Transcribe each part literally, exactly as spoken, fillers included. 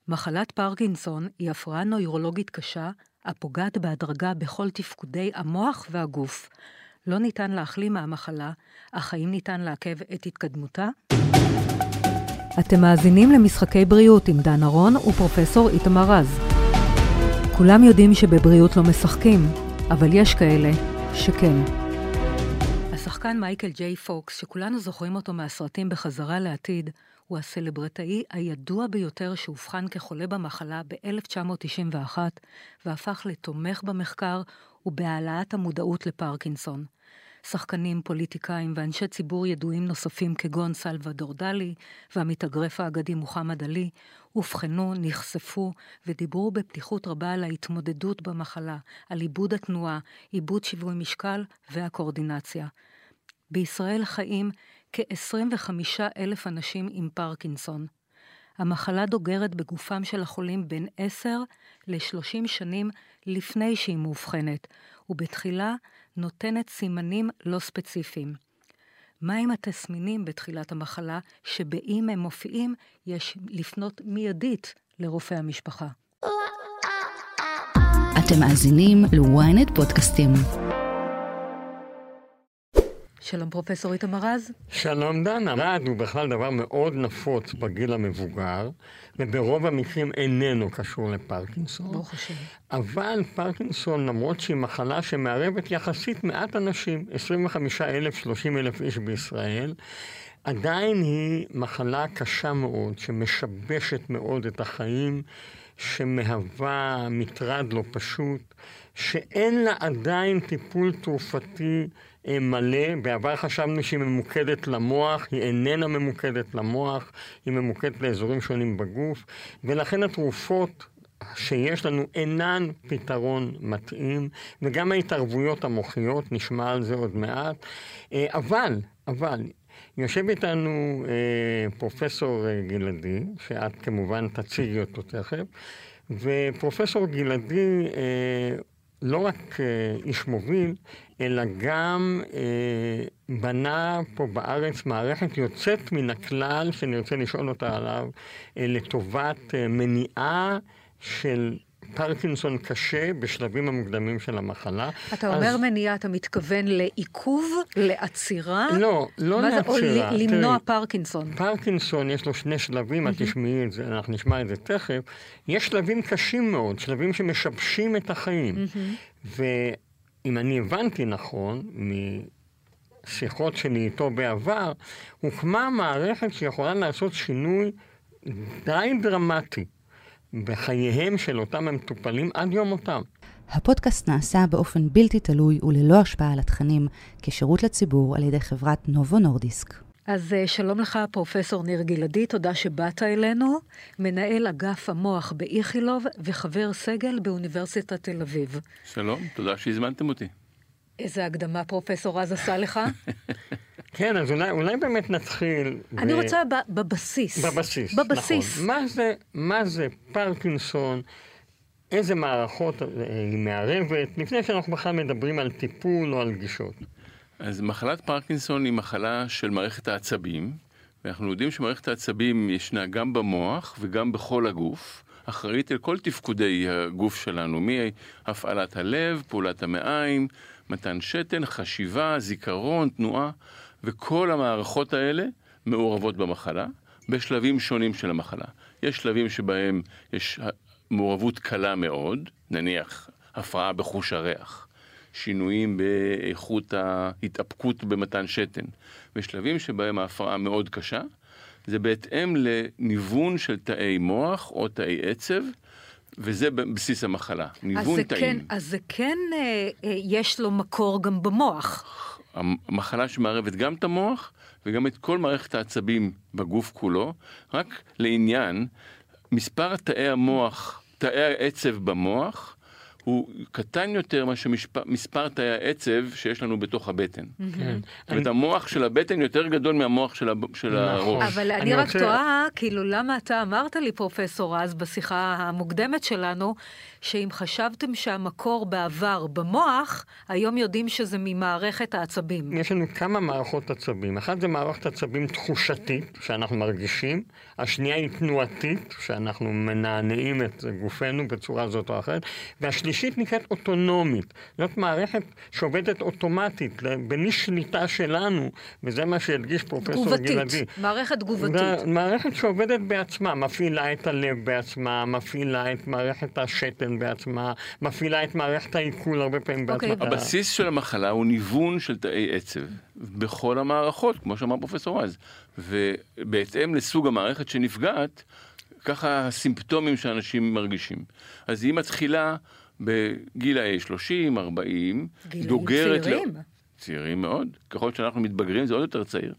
מחלת פרקינסון היא הפרעה נוירולוגית קשה, הפוגעת בהדרגה בכל תפקודי המוח והגוף. לא ניתן להחלים מהמחלה, אך האם ניתן לעכב את התקדמותה? אתם מאזינים למשחקי בריאות עם דן ארון ופרופסור איתמר רז. כולם יודעים שבבריאות לא משחקים, אבל יש כאלה שכן. השחקן מייקל ג'יי פוקס, שכולנו זוכרים אותו מהסרטים בחזרה לעתיד, הוא הסלברטאי הידוע ביותר שהובחן כחולה במחלה ב-אלף תשע מאות תשעים ואחת, והפך לתומך במחקר ובהעלאת המודעות לפרקינסון. שחקנים, פוליטיקאים ואנשי ציבור ידועים נוספים כגון סלוודור דלי והמתאגרף האגדי מוחמד עלי, הובחנו, נחשפו ודיברו בפתיחות רבה על ההתמודדות במחלה, על עיבוד התנועה, עיבוד שיווי משקל והקואורדינציה. בישראל חיים כ-עשרים וחמישה אלף אנשים עם פרקינסון. המחלה דוגרת בגופם של החולים בין עשר ל-שלושים שנים לפני שהיא מאובחנת, ובתחילה נותנת סימנים לא ספציפיים. מהם התסמינים בתחילת המחלה, שבאים הם מופיעים, יש לפנות מיידית לרופא המשפחה. אתם מאזינים ל-ynet פודקאסטים. שלום פרופסור איתמר רז. שלום דנה. רעד הוא בכלל דבר מאוד נפוץ בגיל המבוגר, וברוב המקרים איננו קשור לפרקינסון. ברוך השם. אבל פרקינסון, למרות שהיא מחלה שמערבת יחסית מעט אנשים, עשרים וחמישה אלף, שלושים אלף איש בישראל, עדיין היא מחלה קשה מאוד, שמשבשת מאוד את החיים, שמהווה מטרד לא פשוט, שאין לה עדיין טיפול תרופתי מלא. בעבר חשבנו שהיא ממוקדת למוח, היא איננה ממוקדת למוח, היא ממוקדת לאזורים שונים בגוף, ולכן התרופות שיש לנו אינן פתרון מתאים, וגם ההתערבויות המוחיות, נשמע על זה עוד מעט. אבל, אבל, יושב איתנו אה, פרופסור גלעדי, שאת כמובן תציגי אותו תכף, ופרופסור גלעדי אה, לא רק אה, איש מוביל, אלא גם אה, בנה פה בארץ מערכת יוצאת מן הכלל, שאני רוצה לשאול אותה עליו, אה, לטובת אה, מניעה של פרקינסון קשה בשלבים המוקדמים של המחלה. אתה אומר אז... מניעה, אתה מתכוון לעיכוב, לעצירה? לא, לא לעצירה. או למנוע תראי, פרקינסון? פרקינסון יש לו שני שלבים, את תשמעי את זה, אנחנו נשמע את זה תכף. יש שלבים קשים מאוד, שלבים שמשבשים את החיים. ואם אני הבנתי נכון, משיחות שלי איתו בעבר, הוקמה מערכת שיכולה לעשות שינוי די דרמטי בחייהם של אותם המטופלים עד יום מותם. הפודקאסט נעשה באופן בלתי תלוי וללא השפעה על התכנים, כשירות לציבור על ידי חברת נובו נורדיסק. אז שלום לך פרופסור ניר גלעדי, תודה שבאת אלינו, מנהל אגף המוח באיכילוב וחבר סגל באוניברסיטת תל אביב. שלום, תודה שהזמנתם אותי. איזה הקדמה פרופסור רז עשה לך? כן, אז אולי, אולי באמת נתחיל... אני ב... רוצה ב- בבסיס. בבסיס, בבסיס. נכון. מה זה, מה זה פרקינסון? איזה מערכות היא מערבת? לפני שאנחנו בכלל מדברים על טיפול או על גישות. אז מחלת פרקינסון היא מחלה של מערכת העצבים, ואנחנו יודעים שמערכת העצבים ישנה גם במוח וגם בכל הגוף, אחראית על כל תפקודי הגוף שלנו, מהפעלת הלב, פעולת המעיים, מתן שתן, חשיבה, זיכרון, תנועה, וכל המערכות האלה מעורבות במחלה, בשלבים שונים של המחלה. יש שלבים שבהם יש מעורבות קלה מאוד, נניח הפרעה בחוש הריח, שינויים באיכות ההתאפקות במתן שתן, ושלבים שבהם ההפרעה מאוד קשה, זה בהתאם לניוון של תאי מוח או תאי עצב, וזה בסיס המחלה, ניוון תאים. כן, אז זה כן, אה, אה, יש לו מקור גם במוח. המחלה שמערבת גם את המוח, וגם את כל מערכת העצבים בגוף כולו, רק לעניין, מספר תאי המוח, תאי העצב במוח, הוא קטן יותר מה שמספר תאי העצב שיש לנו בתוך הבטן. זאת אומרת, המוח של הבטן יותר גדול מהמוח של הראש. אבל אני רק תוהה, כאילו, למה אתה אמרת לי, פרופסור רז, בשיחה המוקדמת שלנו, שאם חשבתם שהמקור בעבר במוח, היום יודעים שזה ממערכת העצבים. יש לנו כמה מערכות עצבים. אחת זה מערכת עצבים תחושתית, שאנחנו מרגישים. השנייה היא תנועתית, שאנחנו מנענעים את גופנו בצורה זאת או אחרת. והשלישית נקראת אוטונומית. זאת מערכת שעובדת אוטומטית, בלי שליטה שלנו, וזה מה שהדגיש פרופסור גלעדי. תגובתית, מערכת תגובתית. מערכת שעובדת בעצמה, מפעילה את הלב בעצמה, מפעילה את מערכת השתן בעצמה, מפעילה את מערכת העיכול הרבה פעמים בעצמה. הבסיס של המחלה הוא ניוון של תאי עצב בכל המערכות, כמו שאמר פרופסור רז. ובהתאם לסוג המערכת שנפגעת, ככה הסימפטומים שאנשים מרגישים. אז היא מתחילה בגילאי שלושים, ארבעים, דוגרת... צעירים. צעירים מאוד. ככל שאנחנו מתבגרים זה עוד יותר צעיר.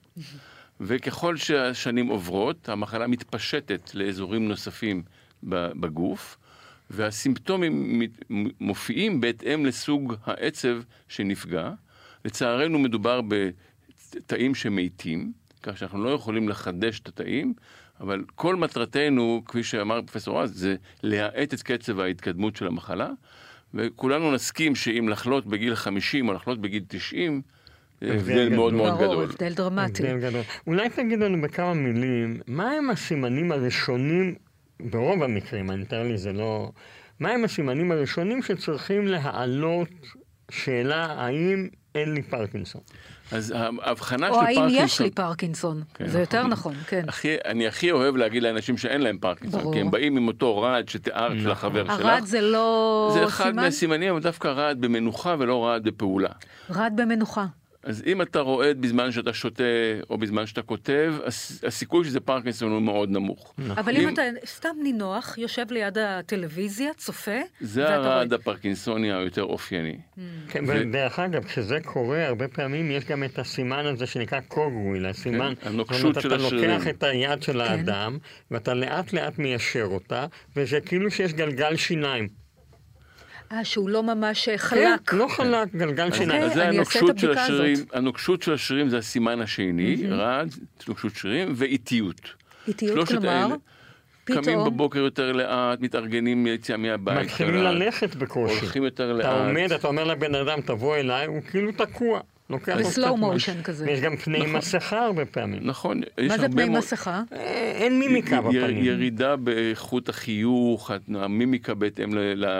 וככל שהשנים עוברות, המחלה מתפשטת לאזורים נוספים בגוף, והסימפטומים מופיעים בהתאם לסוג העצב שנפגע. לצערנו מדובר בתאים שמתים, כך שאנחנו לא יכולים לחדש את התאים, אבל כל מטרתנו, כפי שאמר פרופסור רז, זה להאט את קצב ההתקדמות של המחלה, וכולנו נסכים שאם לחלות בגיל חמישים או לחלות בגיל תשעים, זה הבדל מאוד מאוד גדול. הבדל דרמטי. אולי תגיד לנו בכמה מילים, מה הם הסימנים הראשונים, ברוב המקרים, אני מתאר לי זה לא... מה הם הסימנים הראשונים שצריכים להעלות שאלה האם אין לי פרקינסון? אז ההבחנה של או פרקינסון... האם יש לי פרקינסון, זה יותר נכון, כן. אני הכי אוהב להגיד לאנשים שאין להם פרקינסון, כי הם באים עם אותו רעד שתיארת של החבר שלך. הרעד זה לא סימן? זה אחד מהסימנים, אבל דווקא רעד במנוחה ולא רעד בפעולה. רעד במנוחה. אז אם אתה רועד בזמן שאתה שותה או בזמן שאתה כותב, הסיכוי שזה פרקינסון הוא מאוד נמוך. אבל אם אתה סתם נינוח, יושב ליד הטלוויזיה, צופה, זה הרעד הפרקינסוני היותר אופייני. כן, ודרך אגב, כשזה קורה, הרבה פעמים יש גם את הסימן הזה שנקרא קוגוויל, הסימן, הנוקשות של השרירים. אתה לוקח את היד של האדם, ואתה לאט לאט מיישר אותה, וזה כאילו שיש גלגל שיניים. אה, שהוא לא ממש חלק. כן, לא חלק, גלגל שיניים. אז זה הנוקשות של השרירים, הנוקשות של השרירים זה הסימן השני, רעד, נוקשות שרירים, ואיטיות. איטיות כלומר, פתאום... קמים בבוקר יותר לאט, מתארגנים יציאה מהבית. מתחילים ללכת בקושי. הולכים יותר לאט. אתה עומד, אתה אומר לבן אדם, תבוא אליי, הוא כאילו תקוע. בסלואו מושן כזה. ויש גם פני מסכה הרבה פעמים. נכון. מה זה פני מסכה? אין מימיקה בפנים. ירידה באיכות החיוך, המימיקה בהתאם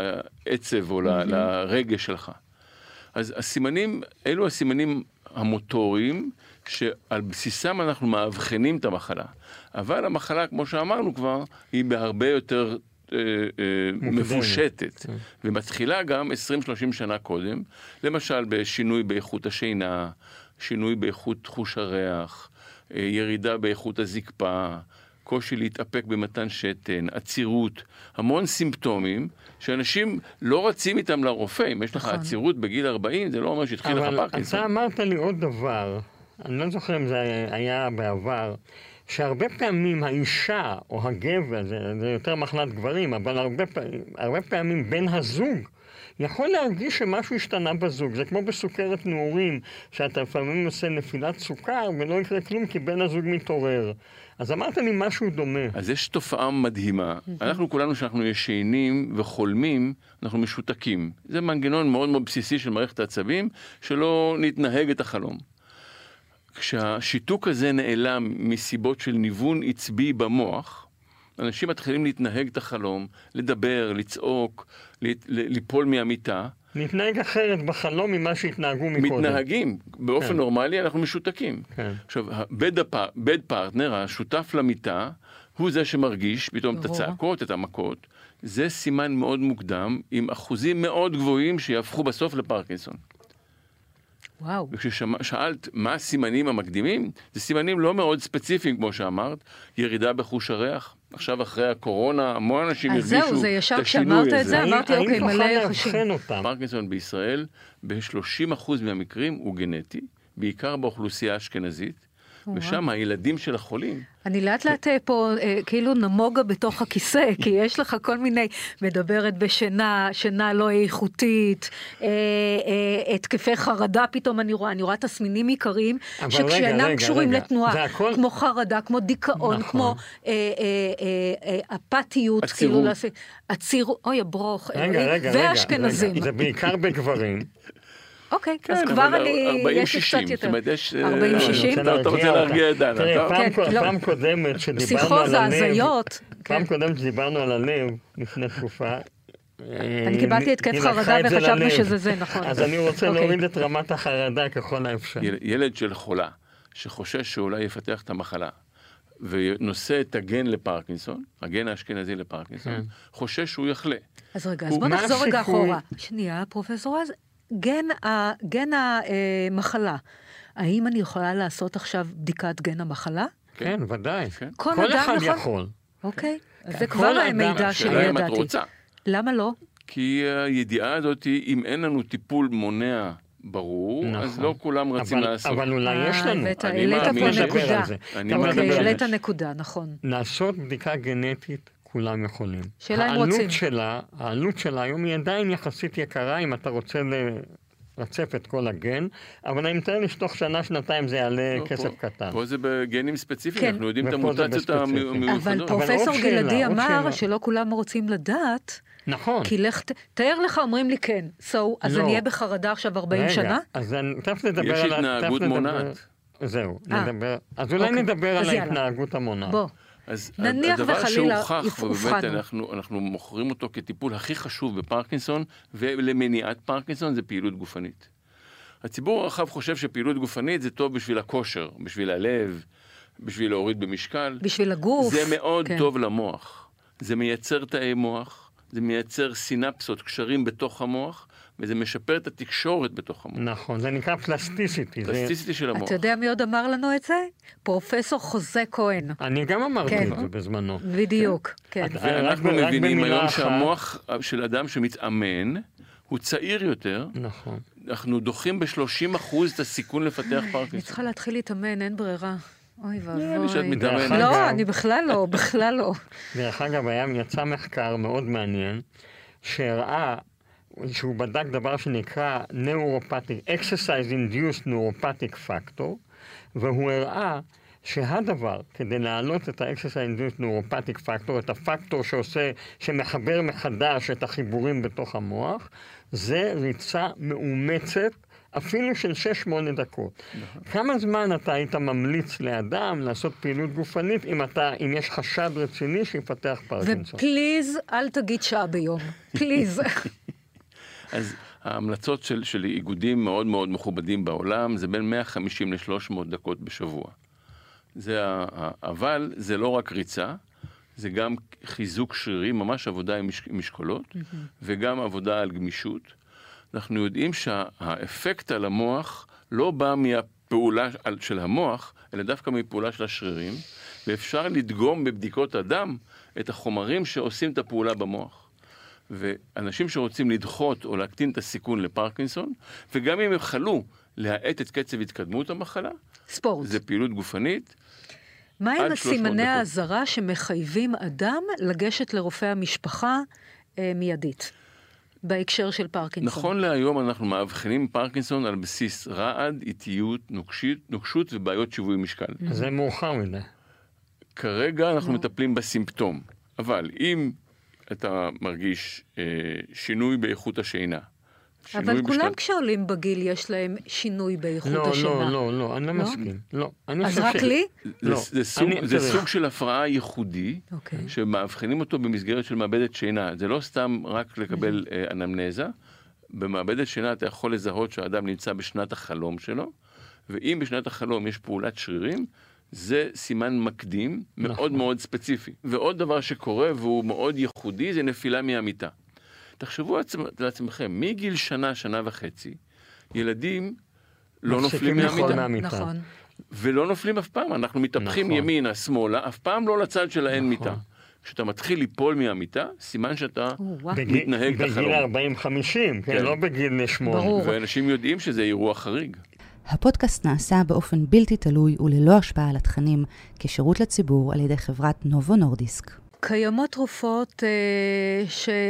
לעצב או לרגש שלך. אז הסימנים, אלו הסימנים המוטוריים, שעל בסיסם אנחנו מאבחנים את המחלה. אבל המחלה, כמו שאמרנו כבר, היא בהרבה יותר מפושטת, ומתחילה גם עשרים שלושים שנה קודם, למשל בשינוי באיכות השינה, שינוי באיכות חוש הריח, ירידה באיכות הזקפה, קושי להתאפק במתן שתן, עצירות, המון סימפטומים שאנשים לא רצים איתם לרופא. אם יש לך עצירות בגיל ארבעים, זה לא אומר שהתחיל לך פרקינסון. אבל אתה אמרת לי עוד דבר, אני לא זוכר אם זה היה בעבר, שהרבה פעמים האישה או הגבר, זה, זה יותר מחלת גברים, אבל הרבה, הרבה פעמים בן הזוג יכול להרגיש שמשהו השתנה בזוג. זה כמו בסוכרת נעורים, שאתה לפעמים עושה נפילת סוכר ולא יקרה כלום כי בן הזוג מתעורר. אז אמרת לי משהו דומה. אז יש תופעה מדהימה. אנחנו כולנו שאנחנו ישנים וחולמים, אנחנו משותקים. זה מנגנון מאוד מאוד בסיסי של מערכת העצבים, שלא נתנהג את החלום. כשהשיתוק הזה נעלם מסיבות של ניוון עצבי במוח, אנשים מתחילים להתנהג את החלום, לדבר, לצעוק, ליפול מהמיטה. להתנהג אחרת בחלום ממה שהתנהגו מקודם. מתנהגים. באופן כן. נורמלי אנחנו משותקים. כן. עכשיו, בד פרטנר, השותף למיטה, הוא זה שמרגיש פתאום את הצעקות, את המכות. זה סימן מאוד מוקדם, עם אחוזים מאוד גבוהים שיהפכו בסוף לפרקינסון. וואו. וכששאלת מה הסימנים המקדימים, זה סימנים לא מאוד ספציפיים, כמו שאמרת, ירידה בחוש הריח. עכשיו אחרי הקורונה, המון אנשים הרגישו את השינוי הזה. אז זהו, זה ישר כשאמרת את זה, אמרתי, אוקיי, מלא יחשים. פרקינסון בישראל, ב-שלושים אחוז מהמקרים הוא גנטי, בעיקר באוכלוסייה האשכנזית, ושם הילדים של החולים. אני לאט לאט פה כאילו נמוגה בתוך הכיסא, כי יש לך כל מיני, מדברת בשינה, שינה לא איכותית, התקפי חרדה פתאום אני רואה, אני רואה תסמינים עיקריים, שכשאינם קשורים לתנועה, כמו חרדה, כמו דיכאון, כמו אפתיות, הציר, אוי הברוך, והאשכנזים. זה בעיקר בגברים. אוקיי, אז כבר אני, יש לי קצת יותר. ארבעים שישים? אתה רוצה להרגיע את דנה. פעם קודמת שדיברנו על הלב, פעם קודמת שדיברנו על הלב, לפני תקופה, אני קיבלתי התקף חרדה וחשבנו שזה זה, נכון. אז אני רוצה להוריד את רמת החרדה ככל האפשר. ילד של חולה, שחושש שאולי יפתח את המחלה, ונושא את הגן לפרקינסון, הגן האשכנזי לפרקינסון, חושש שהוא יחלה. אז רגע, אז בוא נחזור רגע אחורה. שנייה, פרופסור, אז גן המחלה, האם אני יכולה לעשות עכשיו בדיקת גן המחלה? כן, ודאי. כל אחד יכול. אוקיי, אז זה כבר המידע שלי ידעתי. למה לא? כי הידיעה הזאת, אם אין לנו טיפול מונע ברור, אז לא כולם רצים לעשות. אבל אולי יש לנו. העלית פה נקודה. אוקיי, העלית נקודה, נכון. לעשות בדיקה גנטית, כולם יכולים. שאלה אם רוצים. העלות שלה, העלות שלה היום היא עדיין יחסית יקרה, אם אתה רוצה לרצף את כל הגן, אבל אני מתאר לי שתוך שנה, שנתיים זה יעלה כסף קטן. פה זה בגנים ספציפיים, אנחנו יודעים את המוטציות המיוחדות. אבל פרופסור גלעדי אמר שלא כולם רוצים לדעת, נכון. כי לך, תאר לך, אומרים לי כן, so, אז אני אהיה בחרדה עכשיו ארבעים שנה? אז תכף נדבר על... יש התנהגות מונעת. זהו, נדבר. אז אולי נדבר על ההתנהגות המונעת. בוא. אז נניח הדבר וחלילה שהוכח, ובאמת אנחנו, אנחנו מוכרים אותו כטיפול הכי חשוב בפרקינסון, ולמניעת פרקינסון זה פעילות גופנית. הציבור הרחב חושב שפעילות גופנית זה טוב בשביל הכושר, בשביל הלב, בשביל להוריד במשקל. בשביל הגוף. זה מאוד כן. טוב למוח. זה מייצר תאי מוח, זה מייצר סינפסות, קשרים בתוך המוח, וזה משפר את התקשורת בתוך המוח. נכון, זה נקרא פלסטיסיטי. פלסטיסיטי של המוח. אתה יודע מי עוד אמר לנו את זה? פרופסור חוזה כהן. אני גם אמרתי את זה בזמנו. בדיוק, כן. ואנחנו מבינים היום שהמוח של אדם שמתאמן, הוא צעיר יותר. נכון. אנחנו דוחים ב-שלושים אחוז את הסיכון לפתח פרקינסון. אני צריכה להתחיל להתאמן, אין ברירה. אוי ואבוי. שאת מתאמנת. לא, אני בכלל לא, בכלל לא. דרך אגב, יצא מחקר מאוד מעניין, שהראה שהוא בדק דבר שנקרא Neuropathic, Exercise-Induced Neuropathic Factor, והוא הראה שהדבר, כדי להעלות את ה-Exercise-Induced Neuropathic Factor, את הפקטור שעושה, שמחבר מחדש את החיבורים בתוך המוח, זה ריצה מאומצת, אפילו של שש שמונה דקות. כמה זמן אתה היית ממליץ לאדם לעשות פעילות גופנית, אם אתה, אם יש חשד רציני שיפתח פרקינסון? ופליז, אל תגיד שעה ביום. פליז. אז ההמלצות של, של איגודים מאוד מאוד מכובדים בעולם, זה בין מאה וחמישים ל-שלוש מאות דקות בשבוע. זה ה, אבל זה לא רק ריצה, זה גם חיזוק שרירים, ממש עבודה עם משקולות, mm-hmm. וגם עבודה על גמישות. אנחנו יודעים שהאפקט על המוח לא בא מהפעולה של המוח, אלא דווקא מפעולה של השרירים, ואפשר לדגום בבדיקות הדם את החומרים שעושים את הפעולה במוח. ואנשים שרוצים לדחות או להקטין את הסיכון לפרקינסון, וגם אם הם חלו להאט את קצב התקדמות המחלה, ספורט. זה פעילות גופנית. מה עם הסימני האזהרה שמחייבים אדם לגשת לרופא המשפחה אה, מיידית, בהקשר של פרקינסון? נכון להיום אנחנו מאבחנים פרקינסון על בסיס רעד, איטיות, נוקשית, נוקשות ובעיות שיווי משקל. Mm-hmm. זה מאוחר מדי. כרגע אנחנו no. מטפלים בסימפטום, אבל אם אתה מרגיש אה, שינוי באיכות השינה. אבל כולם משקל... כשעולים בגיל יש להם שינוי באיכות לא, השינה. לא, לא, לא, אני לא מסכים. לא, אני אז רק ש... לי? זה, לא. זה, סוג, אני... זה סוג של הפרעה ייחודי, okay. שמאבחנים אותו במסגרת של מעבדת שינה. זה לא סתם רק לקבל אה, אנמנזה. במעבדת שינה אתה יכול לזהות שהאדם נמצא בשנת החלום שלו, ואם בשנת החלום יש פעולת שרירים, זה סימן מקדים מאוד מאוד ספציפי. ועוד דבר שקורה והוא מאוד ייחודי, זה נפילה מהמיטה. תחשבו לעצמכם, מגיל שנה, שנה וחצי, ילדים לא נופלים מהמיטה. נכון. ולא נופלים אף פעם, אנחנו מתהפכים ימינה, שמאלה, אף פעם לא לצד של האין מיטה. כשאתה מתחיל ליפול מהמיטה, סימן שאתה מתנהג את החלום. בגיל ארבעים חמישים, לא בגיל שמונה. ואנשים יודעים שזה אירוע חריג. הפודקאסט נעשה באופן בלתי תלוי וללא השפעה על התכנים, כשירות לציבור על ידי חברת נובו נורדיסק. קיימות תרופות אה,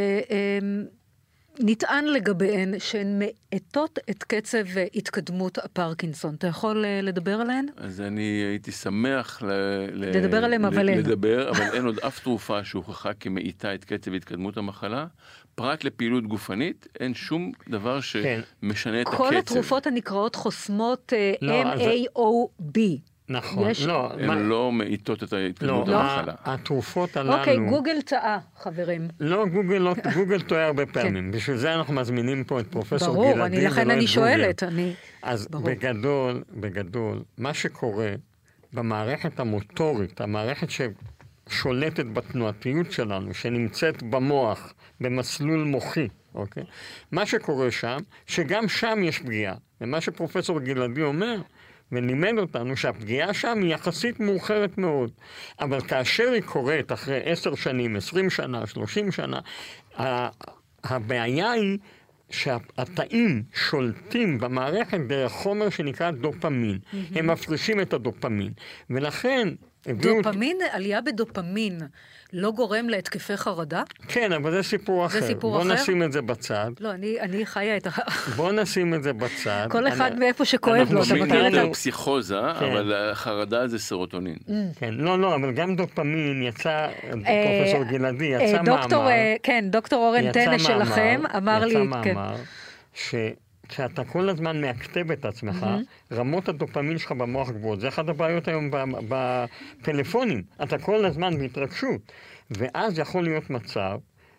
שנטען אה, לגביהן שהן מאטות את קצב התקדמות הפרקינסון. אתה יכול אה, לדבר עליהן? אז אני הייתי שמח ל, לדבר עליהן, ל, אבל אין. לדבר, אבל אין עוד אף תרופה שהוכחה כמאיטה את קצב התקדמות המחלה. פרט לפעילות גופנית, אין שום דבר שמשנה את הקצב. כל התרופות הנקראות חוסמות לא, M A O B. נכון, יש- לא, הן מה- לא מאיטות את ההתקדמות לא, המחלה. ה- התרופות הללו... אוקיי, גוגל טעה, חברים. לא, גוגל, לא, גוגל טועה הרבה פעמים. בשביל זה אנחנו מזמינים פה את פרופסור גלעדי. ברור, אני, לכן ולא אני את שואלת. גוגל. אני... אז ברור. בגדול, בגדול, מה שקורה במערכת המוטורית, המערכת ששולטת בתנועתיות שלנו, שנמצאת במוח, במסלול מוחי, אוקיי? מה שקורה שם, שגם שם יש פגיעה. ומה שפרופסור גלעדי אומר, ולימד אותנו שהפגיעה שם היא יחסית מאוחרת מאוד. אבל כאשר היא קורית אחרי עשר שנים, עשרים שנה, שלושים שנה, ה- הבעיה היא שהתאים שולטים במערכת דרך חומר שנקרא דופמין. הם מפרישים את הדופמין. ולכן... הביאו- דופמין, עלייה בדופמין, לא גורם להתקפי חרדה? כן, אבל זה סיפור אחר. סיפור בוא אחר? נשים את זה בצד. לא, אני, אני חיה את ה... בוא נשים את זה בצד. כל אחד אני- מאיפה שכואב אנחנו לו, אתה מכירים מכיר את לנו- ה... פסיכוזה, כן. אבל החרדה זה סרוטונין. כן, לא, לא, אבל גם דופמין יצא, פרופסור גלעדי, יצא אה, דוקטור, מאמר. אה, כן, דוקטור אורן יצא טנא מאמר, שלכם, אמר לי... יצא כן. מאמר, שכשאתה כל הזמן מאקטב את עצמך, רמות הדופמין שלך במוח גבוהות. זה אחת הבעיות היום ב- בפלאפונים. אתה כל הזמן בהתרגשות. ואז יכול להיות מצב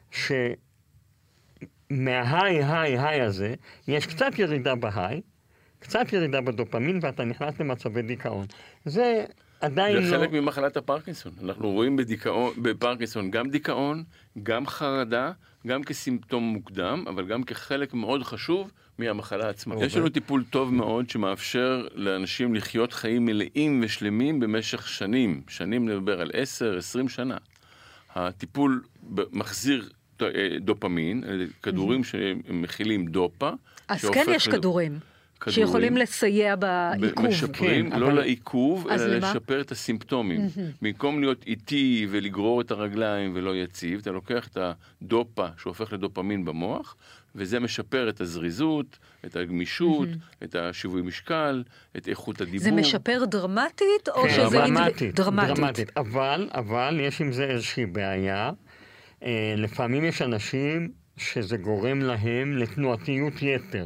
שמההיי, היי, היי הזה, יש קצת ירידה בהיי, קצת ירידה בדופמין, ואתה נכנס למצבי דיכאון. זה עדיין זה לא... חלק ממחלת הפרקינסון. אנחנו רואים בדיכאון, בפרקינסון גם דיכאון, גם חרדה, גם כסימפטום מוקדם, אבל גם כחלק מאוד חשוב מהמחלה עצמה. יש לנו טיפול טוב מאוד שמאפשר לאנשים לחיות חיים מלאים ושלמים במשך שנים. שנים לדבר על עשר, עשרים שנה. הטיפול מחזיר דופמין, כדורים שמכילים דופה. אז כן יש כדורים. כדורים. שיכולים לסייע בעיכוב. משפרים, כן, לא אבל- לעיכוב, אז אלא למה? לשפר את הסימפטומים. במקום להיות איטי ולגרור את הרגליים ולא יציב, אתה לוקח את הדופה שהופך לדופמין במוח, וזה משפר את הזריזות, את הגמישות, את השיווי משקל, את איכות הדיבור. זה משפר דרמטית, או כן, שזה... דרמטית, דרמטית. דרמטית. אבל, אבל יש עם זה איזושהי בעיה. אה, לפעמים יש אנשים שזה גורם להם לתנועתיות יתר.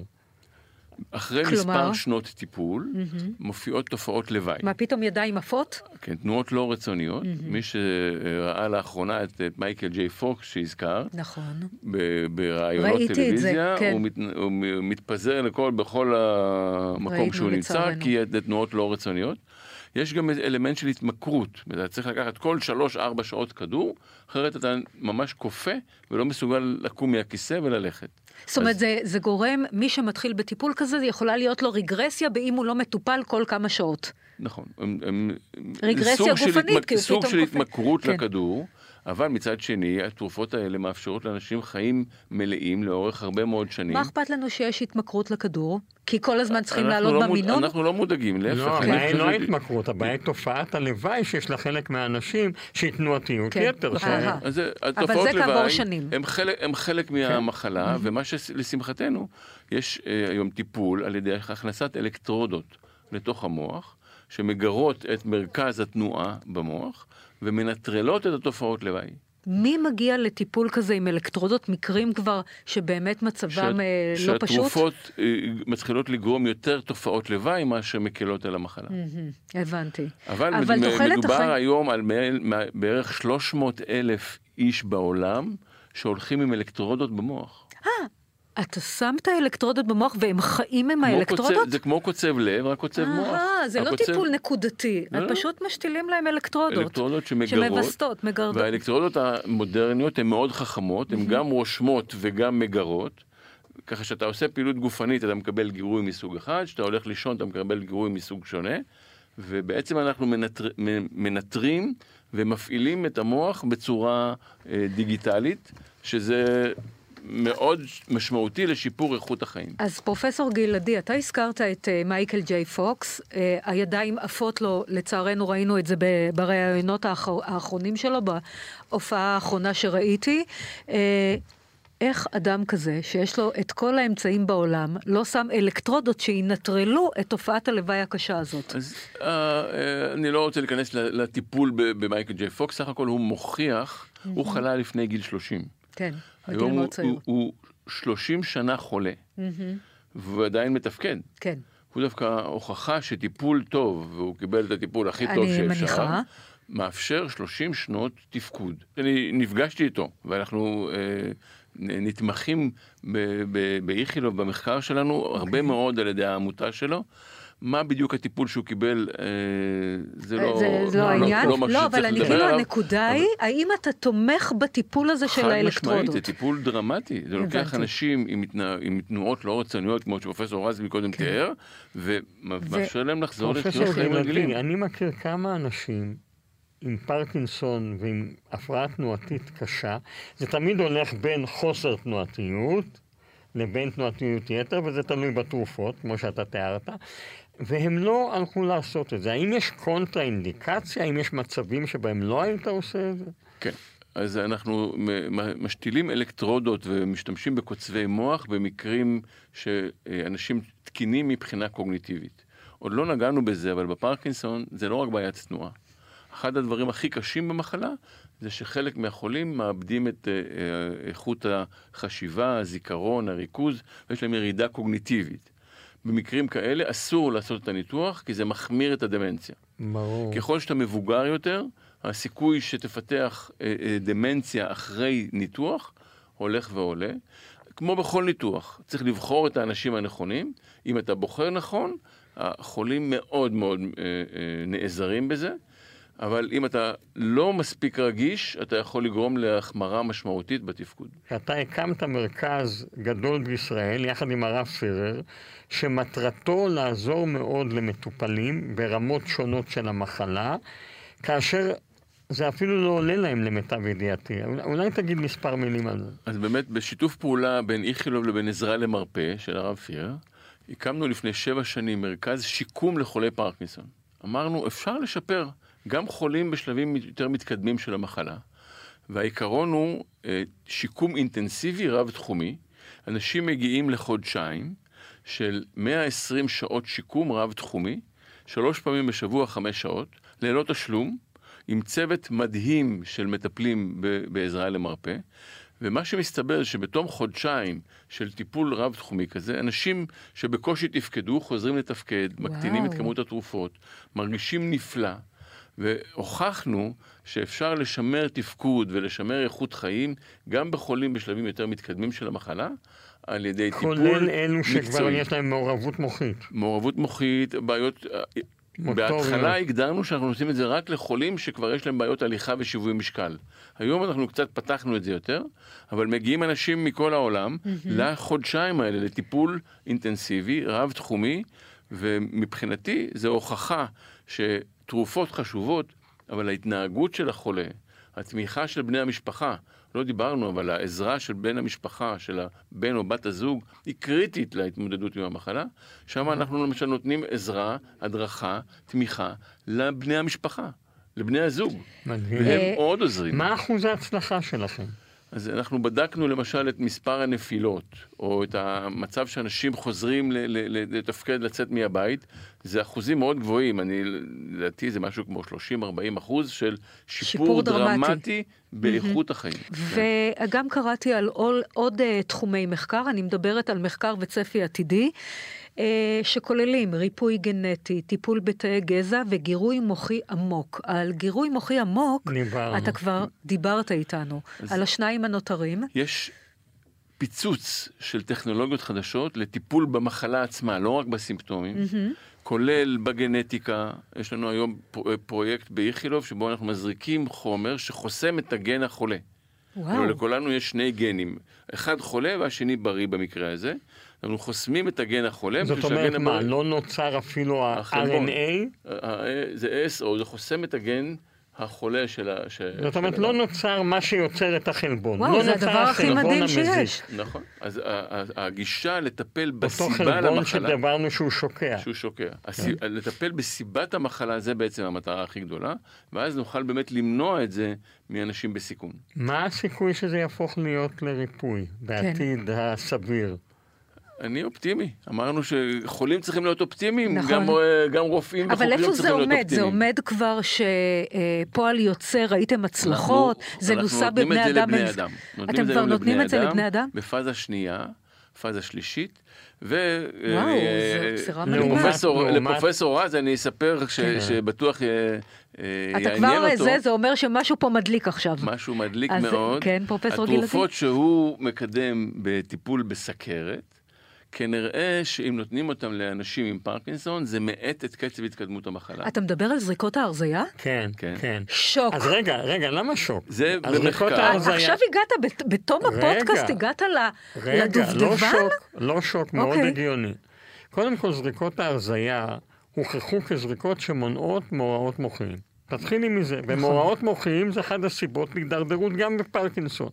אחרי כלומר? מספר שנות טיפול, מופיעות תופעות לוואי. מה, פתאום ידיים עפות? כן, תנועות לא רצוניות. מי שראה לאחרונה את את מייקל ג'יי פוקס שהזכר, נכון. ב- בראיונות ראיתי את זה, טלוויזיה, כן. הוא, מת, הוא מ- מתפזר לכל, בכל המקום ראינו, שהוא נמצא, לצערנו. כי זה תנועות לא רצוניות. יש גם איזה אלמנט של התמכרות, אתה צריך לקחת כל שלוש-ארבע שעות כדור, אחרת אתה ממש קופה ולא מסוגל לקום מהכיסא וללכת. זאת אומרת, זה, זה גורם, מי שמתחיל בטיפול כזה, זה יכולה להיות לו רגרסיה, באם הוא לא מטופל כל כמה שעות. נכון. הם, הם, רגרסיה סוג של גופנית, התמק- כי הוא סוג פתאום של קופא. התמכרות כן. לכדור, אבל מצד שני, התרופות האלה מאפשרות לאנשים חיים מלאים לאורך הרבה מאוד שנים. מה אכפת לנו שיש התמכרות לכדור? כי כל הזמן צריכים אנחנו לעלות לא מוד- במינון? אנחנו לא מודאגים, להפך. לא, אני הבעיה היא חושב לא שזה- ההתמכרות, הבעיה היא תופעת הלוואי שיש לחלק מהאנשים שהיא תנועתיות כן, יתר. נכון. ש- אהה. אז זה- אבל התופעות זה כעבור לוואי שנים. הם חלק, הם חלק מהמחלה, ומה שלשמחתנו, יש אה, היום טיפול על ידי הכנסת אלקטרודות לתוך המוח, שמגרות את מרכז התנועה במוח, ומנטרלות את התופעות לוואי. מי מגיע לטיפול כזה עם אלקטרודות, מקרים כבר שבאמת מצבם אה, לא פשוט? שהתרופות אה, מתחילות לגרום יותר תופעות לוואי מאשר מקלות על המחלה. מהמם, הבנתי. אבל, אבל מד- תוחלת מדובר החיים- היום על מעל- מה- בערך שלוש מאות אלף איש בעולם שהולכים עם אלקטרודות במוח. אתה שם את האלקטרודות במוח והם חיים עם כמו האלקטרודות? קוצב, זה כמו קוצב לב, רק קוצב מוח. אה, זה לא הקוצב- טיפול נקודתי. לא, את לא. פשוט משתילים להם אלקטרודות. אלקטרודות שמגרות. שמבסטות, מגרדות. והאלקטרודות המודרניות הן מאוד חכמות, הן גם רושמות וגם מגרות. ככה שאתה עושה פעילות גופנית, אתה מקבל גירוי מסוג אחד, שאתה הולך לישון, אתה מקבל גירוי מסוג שונה, ובעצם אנחנו מנטר, מנטרים ומפעילים את המוח בצורה אה, דיגיטלית, שזה מאוד משמעותי לשיפור איכות החיים. אז פרופסור גלעדי, אתה הזכרת את uh, מייקל ג'יי פוקס, uh, הידיים עפות לו, לצערנו ראינו את זה בראיונות האחר, האחרונים שלו, בהופעה האחרונה שראיתי, uh, איך אדם כזה, שיש לו את כל האמצעים בעולם, לא שם אלקטרודות שינטרלו את תופעת הלוואי הקשה הזאת? אז uh, uh, אני לא רוצה להיכנס לטיפול במייקל ג'יי פוקס, סך הכל הוא מוכיח, mm-hmm. הוא חלה לפני גיל שלושים. כן, היום הוא, הוא, הוא שלושים שנה חולה, mm-hmm. והוא עדיין מתפקד. כן. הוא דווקא הוכחה שטיפול טוב, והוא קיבל את הטיפול הכי טוב שאפשר. אני מניחה. מאפשר שלושים שנות תפקוד. אני נפגשתי איתו, ואנחנו אה, נתמכים באיכילוב במחקר שלנו, okay. הרבה מאוד על ידי העמותה שלו. מה בדיוק הטיפול שהוא קיבל, אה, זה לא... זה, זה לא העניין? לא, לא, לא אבל אני כאילו הנקודה היא, אבל... האם אתה תומך בטיפול הזה של האלקטרודות? חד משמעית, זה טיפול דרמטי. זה לוקח אנשים עם, התנוע... עם תנועות לא רצוניות, כמו שפרופסור רז מקודם כן. תיאר, ומאפשר ו... להם לחזור לחיות חיים רגילים. אני מכיר כמה אנשים עם פרקינסון ועם הפרעה תנועתית קשה, זה תמיד הולך בין חוסר תנועתיות לבין תנועתיות יתר, וזה תלוי בתרופות, כמו שאתה תיארת, והם לא הלכו לעשות את זה. האם יש קונטרה-אינדיקציה? האם יש מצבים שבהם לא היית עושה את זה? כן. אז אנחנו משתילים אלקטרודות ומשתמשים בקוצבי מוח במקרים שאנשים תקינים מבחינה קוגניטיבית. עוד לא נגענו בזה, אבל בפרקינסון זה לא רק בעיית תנועה. אחד הדברים הכי קשים במחלה זה שחלק מהחולים מאבדים את איכות החשיבה, הזיכרון, הריכוז, ויש להם ירידה קוגניטיבית. במקרים כאלה אסור לעשות את הניתוח, כי זה מחמיר את הדמנציה. ברור. ככל שאתה מבוגר יותר, הסיכוי שתפתח דמנציה אחרי ניתוח הולך ועולה. כמו בכל ניתוח, צריך לבחור את האנשים הנכונים. אם אתה בוחר נכון, החולים מאוד מאוד נעזרים בזה. אבל אם אתה לא מספיק רגיש, אתה יכול לגרום להחמרה משמעותית בתפקוד. אתה הקמת מרכז גדול בישראל, יחד עם הרב פירר, שמטרתו לעזור מאוד למטופלים ברמות שונות של המחלה, כאשר זה אפילו לא עולה להם למיטב ידיעתי. אולי תגיד מספר מילים על זה. אז באמת, בשיתוף פעולה בין איכילוב לבין עזרה למרפא של הרב פירר, הקמנו לפני שבע שנים מרכז שיקום לחולי פרקינסון. אמרנו, אפשר לשפר גם חולים בשלבים יותר מתקדמים של המחלה. והעיקרון הוא אה, שיקום אינטנסיבי רב-תחומי. אנשים מגיעים לחודשיים של מאה ועשרים שעות שיקום רב-תחומי, שלוש פעמים בשבוע חמש שעות, ללא תשלום, עם צוות מדהים של מטפלים בעזרה למרפא. ומה שמסתבר שבתום חודשיים של טיפול רב-תחומי כזה, אנשים שבקושי תפקדו חוזרים לתפקד, מקטינים את כמות התרופות, מרגישים נפלא. והוכחנו שאפשר לשמר תפקוד ולשמר איכות חיים גם בחולים בשלבים יותר מתקדמים של המחלה, על ידי טיפול מקצועי. כולל אלו שכבר יש להם מעורבות מוחית. מעורבות מוחית, בעיות... בהתחלה הגדרנו שאנחנו עושים את זה רק לחולים שכבר יש להם בעיות הליכה ושיווי משקל. היום אנחנו קצת פתחנו את זה יותר, אבל מגיעים אנשים מכל העולם לחודשיים האלה לטיפול אינטנסיבי, רב-תחומי, ומבחינתי זה הוכחה ש... תרופות חשובות, אבל ההתנהגות של החולה, התמיכה של בני המשפחה, לא דיברנו, אבל העזרה של בן המשפחה, של הבן או בת הזוג, היא קריטית להתמודדות עם המחלה. שם אנחנו למשל נותנים עזרה, הדרכה, תמיכה לבני המשפחה, לבני הזוג. מדהים. והם עוד עוזרים. מה אחוז ההצלחה שלכם? אז אנחנו בדקנו למשל את מספר הנפילות, או את המצב שאנשים חוזרים לתפקד, לצאת מהבית. זה אחוזים מאוד גבוהים. אני, לדעתי, זה משהו כמו שלושים עד ארבעים אחוז של שיפור, שיפור דרמטי, דרמטי באיכות החיים. וגם קראתי על עוד, עוד תחומי מחקר, אני מדברת על מחקר וצפי עתידי, שכוללים ריפוי גנטי, טיפול בתאי גזע וגירוי מוחי עמוק. על גירוי מוחי עמוק, דיברנו. אתה כבר דיברת איתנו. על השניים הנותרים. יש פיצוץ של טכנולוגיות חדשות לטיפול במחלה עצמה, לא רק בסימפטומים, כולל בגנטיקה. יש לנו היום פרויקט באיכילוב, שבו אנחנו מזריקים חומר שחוסם את הגן החולה. וואו. לכולנו יש שני גנים. אחד חולה והשני בריא במקרה הזה. אנחנו חוסמים את הגן החולה. זאת אומרת מה, לא נוצר אפילו ה-אר אן איי? זה S, או זה חוסם את הגן החולה של ה... זאת אומרת, לא נוצר מה שיוצר את החלבון. וואו, זה הדבר הכי מדהים שיש. נכון. אז הגישה לטפל בסיבה למחלה... אותו חלבון שדברנו שהוא שוקע. שהוא שוקע. לטפל בסיבת המחלה, זה בעצם המטרה הכי גדולה, ואז נוכל באמת למנוע את זה מאנשים בסיכון. מה הסיכוי שזה יהפוך להיות לריפוי בעתיד הסביר? אני אופטימי. אמרנו שחולים צריכים להיות אופטימיים, נכון. גם, גם רופאים וחוקרים צריכים להיות אופטימיים. אבל איפה זה עומד? זה עומד כבר שפועל יוצא, ראיתם הצלחות, אנחנו, זה נוסע בבני אדם. לבני אדם. אתם כבר נותנים את זה לבני אדם? בפאזה שנייה, פאזה שלישית, ו... וואו, זו בשירה מדהימה. לפרופסור רז אני אספר ש, שבטוח יעניין אותו. אתה כבר זה, זה אומר שמשהו פה מדליק עכשיו. משהו מדליק מאוד. כן, פרופסור גלעדי. התרופות שהוא מקדם בטיפול בסכרת, כנראה שאם נותנים אותם לאנשים עם פרקינסון, זה מאט את קצב התקדמות המחלה. אתה מדבר על זריקות ההרזיה? כן, כן. שוק. אז רגע, רגע, למה שוק? זה במחקר. עכשיו הגעת, בתום הפודקאסט, הגעת לדובדבן? רגע, לא שוק, לא שוק, מאוד הגיוני. קודם כל, זריקות ההרזיה הוכחו כזריקות שמונעות מאורעות מוחיים. תתחילי מזה, ומאורעות מוחיים זה אחד הסיבות להידרדרות גם בפרקינסון.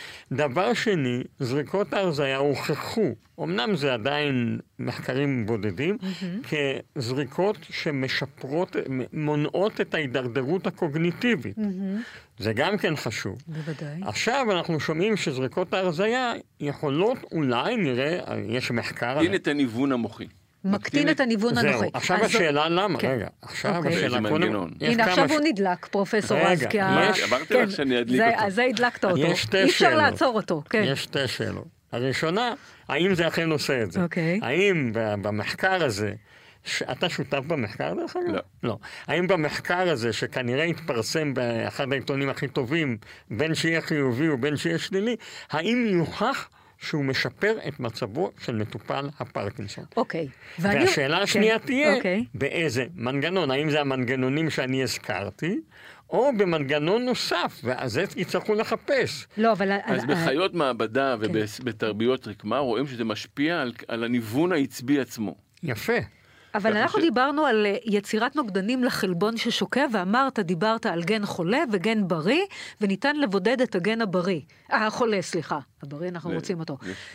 דבר שני, זריקות ההרזיה הוכחו, אמנם זה עדיין מחקרים בודדים, mm-hmm. כזריקות שמשפרות, מונעות את ההידרדרות הקוגניטיבית. Mm-hmm. זה גם כן חשוב. בוודאי. עכשיו אנחנו שומעים שזריקות ההרזיה יכולות, אולי נראה, יש מחקר... הנה את הניוון המוחי. מקטין את הניוון הנוחי. זהו, עכשיו השאלה למה? רגע, עכשיו השאלה... הנה, עכשיו הוא נדלק, פרופסור רז. אמרתי לך שאני אדליק אותו. זה הדלקת אותו. יש שתי שאלות. אי אפשר לעצור אותו. יש שתי שאלות. הראשונה, האם זה אכן עושה את זה? האם במחקר הזה, אתה שותף במחקר דרך אגב? לא. לא. האם במחקר הזה, שכנראה התפרסם באחד העיתונים הכי טובים, בין שיהיה חיובי ובין שיהיה שלילי, האם יוכח שהוא משפר את מצבו של מטופל הפרקינסון. אוקיי. והשאלה השנייה תהיה, באיזה מנגנון? האם זה המנגנונים שאני הזכרתי, או במנגנון נוסף, ואז זה יצטרכו לחפש. לא, אבל... אז בחיות מעבדה ובתרביות רקמה, רואים שזה משפיע על הניוון העצבי עצמו. יפה. אבל אנחנו דיברנו על יצירת נוגדנים לחלבון ששוקע, ואמרת, דיברת על גן חולה וגן בריא, וניתן לבודד את הגן הבריא. אה, החולה, סליחה. הבריא, אנחנו רוצים אותו.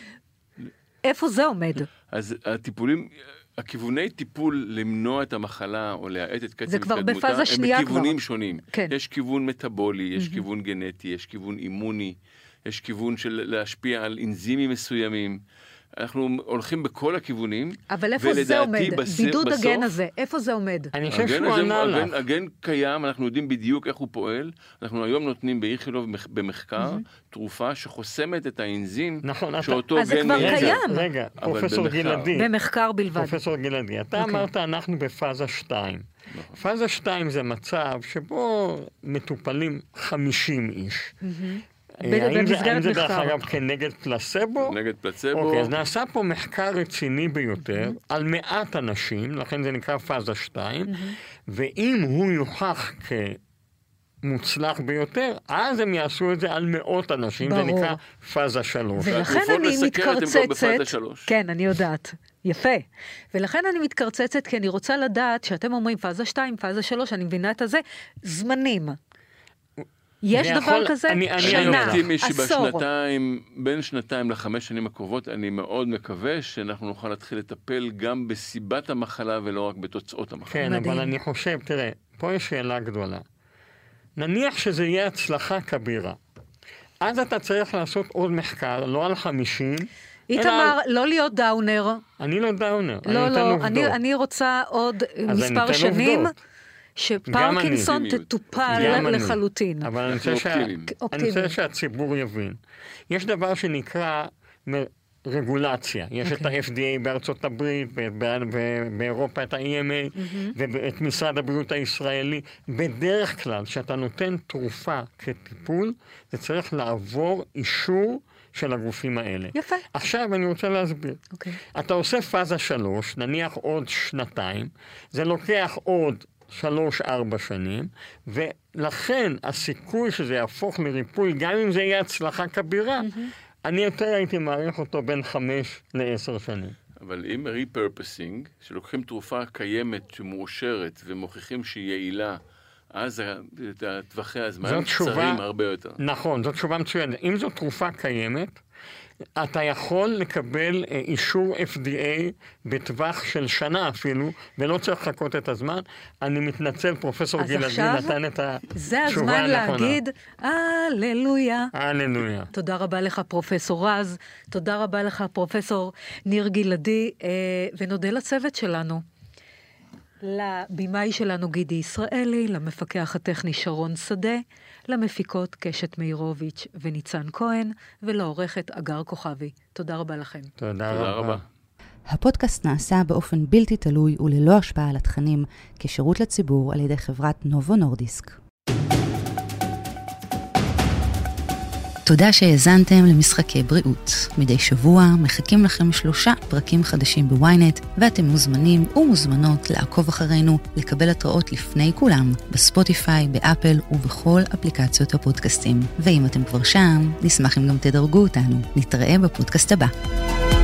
איפה זה עומד? אז הטיפולים, הכיווני טיפול למנוע את המחלה, או להאט את קצב התקדמותה, הם בכיוונים שונים. יש כיוון מטאבולי, יש כיוון גנטי, יש כיוון אימוני, יש כיוון של להשפיע על אנזימים מסוימים. אנחנו הולכים בכל הכיוונים. אבל איפה זה עומד? בידוד הגן הזה, איפה זה עומד? אני חושב שהוא ענה לך. הגן קיים, אנחנו יודעים בדיוק איך הוא פועל. אנחנו היום נותנים באיכילוב במחקר תרופה שחוסמת את האנזים שאותו גן... אז זה כבר קיים. רגע, פרופסור גלעדי. במחקר בלבד. פרופסור גלעדי, אתה אמרת אנחנו בפאזה שתיים. פאזה שתיים זה מצב שבו מטופלים חמישים איש. האם זה דרך אגב כנגד פלסבו? נגד פלסבו. אוקיי, אז נעשה פה מחקר רציני ביותר על מעט אנשים, לכן זה נקרא פאזה שתיים, ואם הוא יוכח כמוצלח ביותר, אז הם יעשו את זה על מאות אנשים, זה נקרא פאזה שלוש. ולכן אני מתקרצצת, כן, אני יודעת. יפה. ולכן אני מתקרצצת, כי אני רוצה לדעת שאתם אומרים פאזה שתיים, פאזה שלוש, אני מבינה את הזה, זמנים. יש דבר כזה? שנה, עשור. בין שנתיים לחמש שנים הקרובות, אני מאוד מקווה שאנחנו נוכל להתחיל לטפל גם בסיבת המחלה ולא רק בתוצאות המחלה. כן, אבל אני חושב, תראה, פה יש שאלה גדולה. נניח שזה יהיה הצלחה כבירה. אז אתה צריך לעשות עוד מחקר, לא על חמישים. איתמר, לא להיות דאונר. אני לא דאונר, אני נותן עובדות. אני רוצה עוד מספר שנים. שפרקינסון תטופל לחלוטין. אבל אני רוצה שהציבור יבין. יש דבר שנקרא רגולציה. יש את ה-אף די איי בארצות הברית, ובאירופה את ה-אי אם איי, ואת משרד הבריאות הישראלי. בדרך כלל, כשאתה נותן תרופה כטיפול, זה צריך לעבור אישור של הגופים האלה. יפה. עכשיו אני רוצה להסביר. Okay. אתה עושה פאזה שלוש, נניח עוד שנתיים, זה לוקח עוד שלוש, ארבע שנים, ולכן הסיכוי שזה יהפוך לריפוי, גם אם זה יהיה הצלחה כבירה, mm-hmm. אני יותר הייתי מעריך אותו בין חמש לעשר שנים. אבל אם ריפרפסינג, שלוקחים תרופה קיימת שמאושרת ומוכיחים שהיא יעילה אז טווחי הזמן קצרים הרבה יותר. נכון, זאת תשובה מצוינת. אם זו תרופה קיימת, אתה יכול לקבל אישור אף די איי בטווח של שנה אפילו, ולא צריך לחכות את הזמן. אני מתנצל, פרופסור גלעדי נתן את התשובה הנכונה. זה הזמן להגיד, הללויה. הללויה. תודה רבה לך, פרופסור רז. תודה רבה לך, פרופסור ניר גלעדי, ונודה לצוות שלנו. לבימאי שלנו גידי ישראלי, למפקח הטכני שרון שדה, למפיקות קשת מאירוביץ' וניצן כהן, ולעורכת אגר כוכבי. תודה רבה לכם. תודה, תודה רבה. רבה. הפודקאסט נעשה באופן בלתי תלוי וללא השפעה על התכנים, כשירות לציבור על ידי חברת נובו נורדיסק. תודה שהאזנתם למשחקי בריאות. מדי שבוע מחכים לכם שלושה פרקים חדשים בוויינט, ואתם מוזמנים ומוזמנות לעקוב אחרינו, לקבל התראות לפני כולם, בספוטיפיי, באפל ובכל אפליקציות הפודקאסטים. ואם אתם כבר שם, נשמח אם גם תדרגו אותנו. נתראה בפודקאסט הבא.